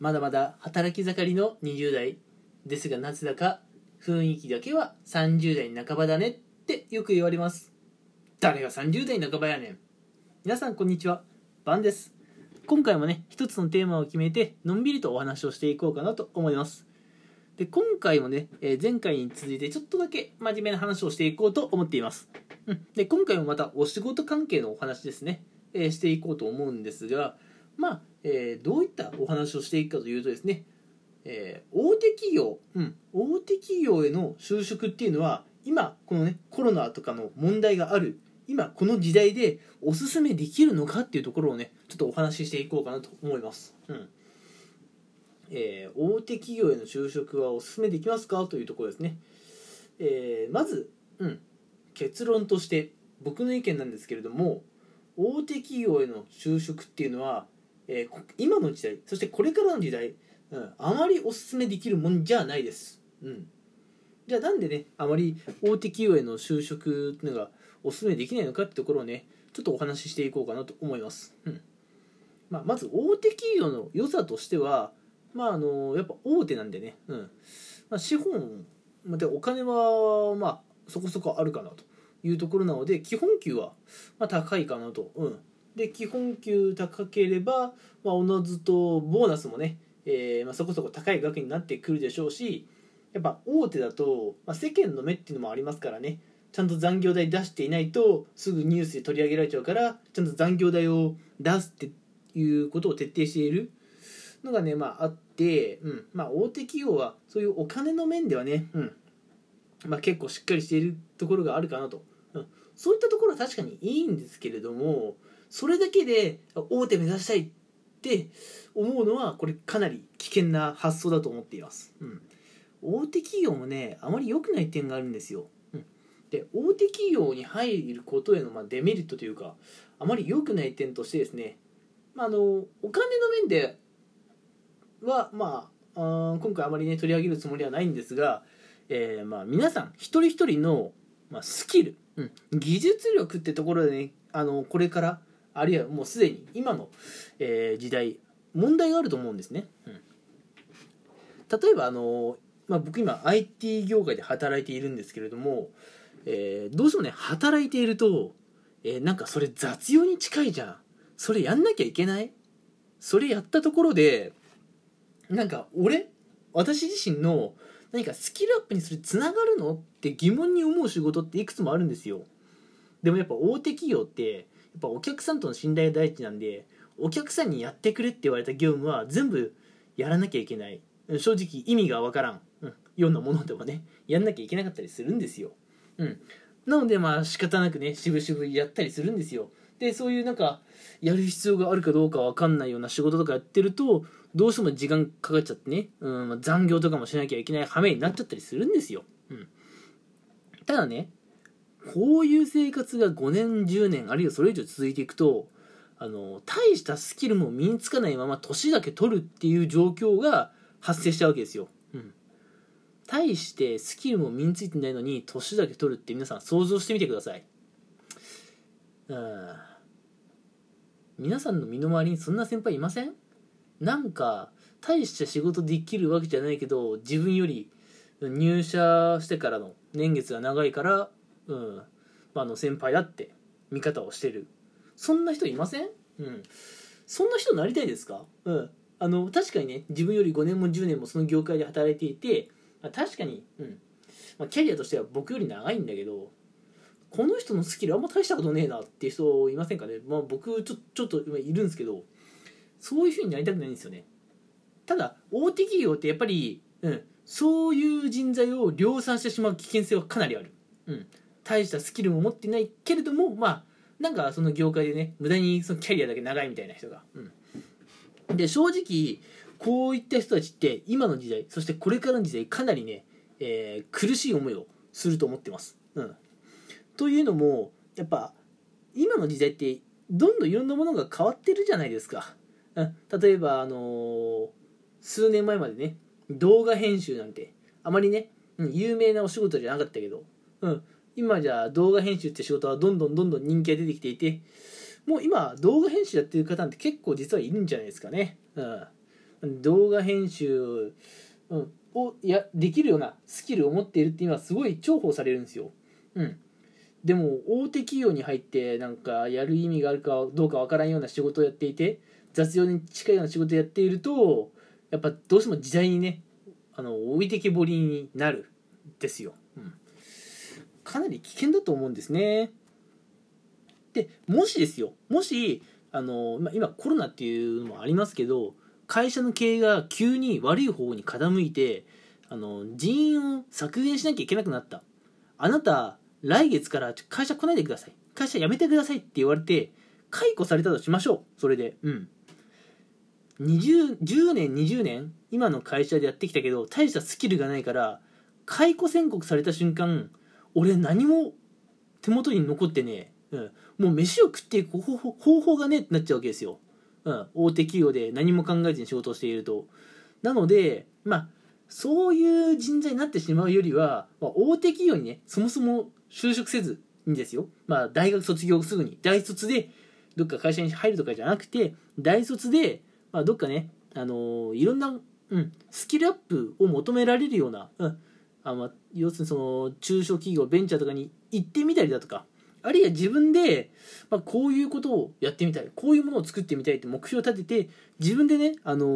まだまだ働き盛りの20代ですが、なぜだか雰囲気だけは30代半ばだねってよく言われます。誰が30代半ばやねん。皆さんこんにちは、バンです。今回もね、一つのテーマを決めてのんびりとお話をしていこうかなと思います。で、今回もね、前回に続いてちょっとだけ真面目な話をしていこうと思っています。で、今回もまたお仕事関係のお話ですね、していこうと思うんですが、どういったお話をしていくかというとですね、大手企業への就職っていうのは今このねコロナとかの問題がある今この時代でおすすめできるのかっていうところをねちょっとお話ししていこうかなと思います。大手企業への就職はおすすめできますかというところですね。まず、結論として僕の意見なんですけれども、大手企業への就職っていうのは、今の時代そしてこれからの時代、あまりおすすめできるもんじゃないです。じゃあなんでねあまり大手企業への就職っていうのがおすすめできないのかってところをねちょっとお話ししていこうかなと思います。まず大手企業の良さとしては、やっぱ大手なんでね、資本でお金はそこそこあるかなというところなので、基本給は高いかなと。で基本給高ければ、おのずとボーナスもね、そこそこ高い額になってくるでしょうし、やっぱ大手だと、世間の目っていうのもありますからね、ちゃんと残業代出していないとすぐニュースで取り上げられちゃうから、ちゃんと残業代を出すっていうことを徹底しているのがね、あって、大手企業はそういうお金の面ではね、結構しっかりしているところがあるかなと。そういったところは確かにいいんですけれども、それだけで大手目指したいって思うのはこれかなり危険な発想だと思っています。大手企業もねあまり良くない点があるんですよ。で大手企業に入ることへのデメリットというか、あまり良くない点としてですね、お金の面では今回あまりね取り上げるつもりはないんですが、皆さん一人一人の、スキル、技術力ってところでね、これからあるいはもうすでに今の、時代問題があると思うんですね。例えば僕今 IT 業界で働いているんですけれども、どうしてもね働いていると、なんかそれ雑用に近いじゃん、それやんなきゃいけない、それやったところでなんか私自身の何かスキルアップにするつながるのって疑問に思う仕事っていくつもあるんですよ。でもやっぱ大手企業ってやっぱお客さんとの信頼第一なんで、お客さんにやってくれって言われた業務は全部やらなきゃいけない。正直意味がわからん、ようなものでもねやんなきゃいけなかったりするんですよ。なので仕方なくね渋々やったりするんですよ。でそういうなんかやる必要があるかどうかわかんないような仕事とかやってると、どうしても時間かかっちゃってね、残業とかもしなきゃいけない羽目になっちゃったりするんですよ。ただね、こういう生活が5年10年あるいはそれ以上続いていくと、大したスキルも身につかないまま年だけ取るっていう状況が発生しちゃうわけですよ。大してスキルも身についてないのに年だけ取るって皆さん想像してみてください。皆さんの身の回りにそんな先輩いません？なんか大した仕事できるわけじゃないけど、自分より入社してからの年月が長いから、先輩だって見方をしてる、そんな人いません？そんな人になりたいですか？確かにね自分より5年も10年もその業界で働いていて、確かに、キャリアとしては僕より長いんだけど、この人のスキルあんま大したことねえなっていう人いませんかね？僕ちょっと今いるんですけど、そういう風になりたくないんですよね。ただ大手企業ってやっぱり、そういう人材を量産してしまう危険性はかなりある。大したスキルも持ってないけれども、なんかその業界でね無駄にそのキャリアだけ長いみたいな人が、で正直こういった人たちって今の時代そしてこれからの時代かなりね、苦しい思いをすると思ってます。というのもやっぱ今の時代ってどんどんいろんなものが変わってるじゃないですか。例えば数年前までね動画編集なんてあまりね、有名なお仕事じゃなかったけど、今じゃ動画編集って仕事はどんどん人気が出てきていて、もう今動画編集やってる方なんて結構実はいるんじゃないですかね。 動画編集、をできるようなスキルを持っているって今すごい重宝されるんですよ。でも大手企業に入ってなんかやる意味があるかどうかわからんような仕事をやっていて、雑用に近いような仕事をやっていると、やっぱどうしても時代にね置いてけぼりになるんですよ。かなり危険だと思うんですね。でもしですよ、もし今コロナっていうのもありますけど、会社の経営が急に悪い方に傾いて人員を削減しなきゃいけなくなった。あなた来月から会社来ないでください、会社辞めてくださいって言われて解雇されたとしましょう。それで10年20年今の会社でやってきたけど大したスキルがないから解雇宣告された瞬間、俺何も手元に残ってねもう飯を食っていく方法がねってなっちゃうわけですよ。大手企業で何も考えずに仕事をしていると。なのでそういう人材になってしまうよりは、大手企業にねそもそも就職せずにですよ、大学卒業すぐに大卒でどっか会社に入るとかじゃなくて、大卒で、どっかねいろんな、スキルアップを求められるような、要するにその中小企業ベンチャーとかに行ってみたりだとか、あるいは自分で、こういうことをやってみたい、こういうものを作ってみたいって目標を立てて自分でね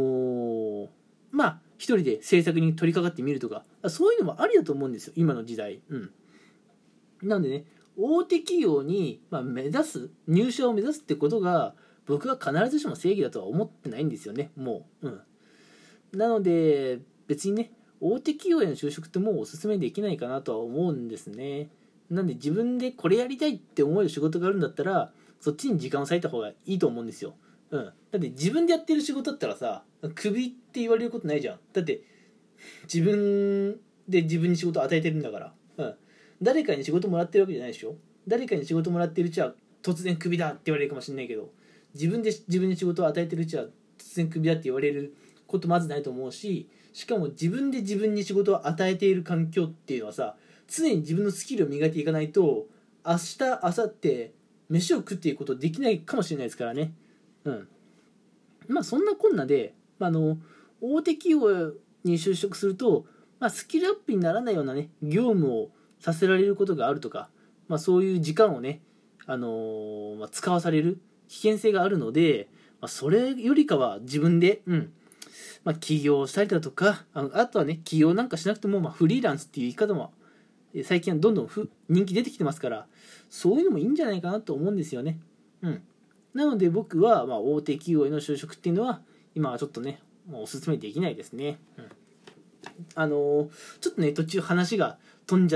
一人で制作に取り掛かってみるとか、そういうのもありだと思うんですよ今の時代。なのでね、大手企業に入社を目指すってことが僕は必ずしも正義だとは思ってないんですよね。もうなので別にね大手企業への就職ってもうおすすめできないかなとは思うんですね。なんで自分でこれやりたいって思える仕事があるんだったらそっちに時間を割いた方がいいと思うんですよ。だって自分でやってる仕事だったらさ、クビって言われることないじゃん。だって自分で自分に仕事を与えてるんだから。誰かに仕事もらってるわけじゃないでしょ。誰かに仕事もらってるうちは突然クビだって言われるかもしれないけど、自分で自分に仕事を与えてるうちは突然クビだって言われることまずないと思うし、しかも自分で自分に仕事を与えている環境っていうのはさ、常に自分のスキルを磨いていかないと明日明後日飯を食っていくことできないかもしれないですからね。そんなこんなで、大手企業に就職すると、スキルアップにならないようなね業務をさせられることがあるとか、そういう時間をね、使わされる危険性があるので、それよりかは自分で、起業したりだとか、あとはね起業なんかしなくても、フリーランスっていう言い方も最近はどんどん人気出てきてますから、そういうのもいいんじゃないかなと思うんですよね。なので僕は、大手企業への就職っていうのは今はちょっとねおすすめできないですね。ちょっとね途中話が飛んじゃって、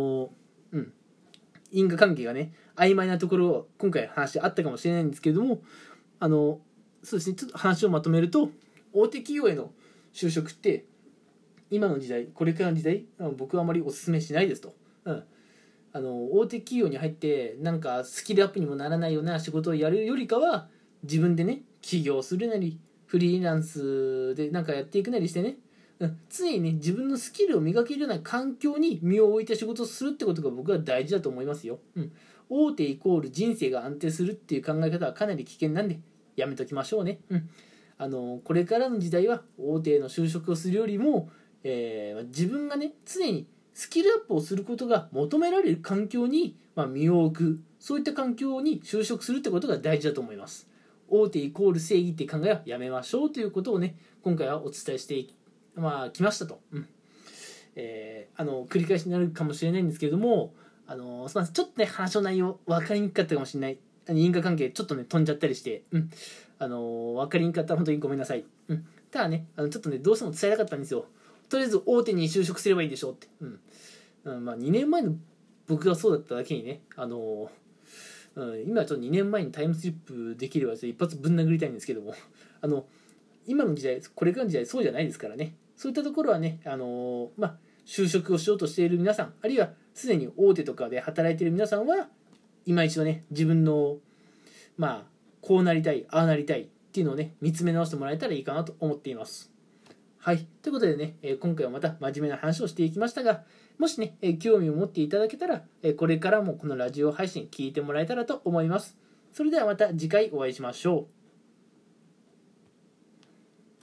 因果関係がね曖昧なところを今回話あったかもしれないんですけれども、そうですね、ちょっと話をまとめると、大手企業への就職って今の時代、これからの時代、僕はあまりおすすめしないですと。大手企業に入ってなんかスキルアップにもならないような仕事をやるよりかは、自分でね起業するなりフリーランスでなんかやっていくなりしてね、常にね自分のスキルを磨けるような環境に身を置いて仕事をするってことが僕は大事だと思いますよ。大手イコール人生が安定するっていう考え方はかなり危険なんでやめときましょうね。これからの時代は大手への就職をするよりも、自分がね常にスキルアップをすることが求められる環境に、身を置く、そういった環境に就職するってことが大事だと思います。大手イコール正義って考えはやめましょうということをね今回はお伝えしてきましたと。繰り返しになるかもしれないんですけれども、すみません、ちょっとね話の内容分かりにくかったかもしれない。因果関係ちょっとね飛んじゃったりして、分かりにくかったら本当にごめんなさい。ただねちょっとねどうしても伝えたかったんですよ。とりあえず大手に就職すればいいでしょうって。2年前の僕がそうだっただけにね、今ちょっと2年前にタイムスリップできれば一発ぶん殴りたいんですけども、今の時代、これからの時代そうじゃないですからね。そういったところはね、就職をしようとしている皆さん、あるいはすでに大手とかで働いている皆さんは今一度ね自分のこうなりたい、ああなりたいっていうのをね見つめ直してもらえたらいいかなと思っています。はい、ということでね、今回はまた真面目な話をしていきましたが、もしね、興味を持っていただけたら、これからもこのラジオ配信聞いてもらえたらと思います。それではまた次回お会いしましょう。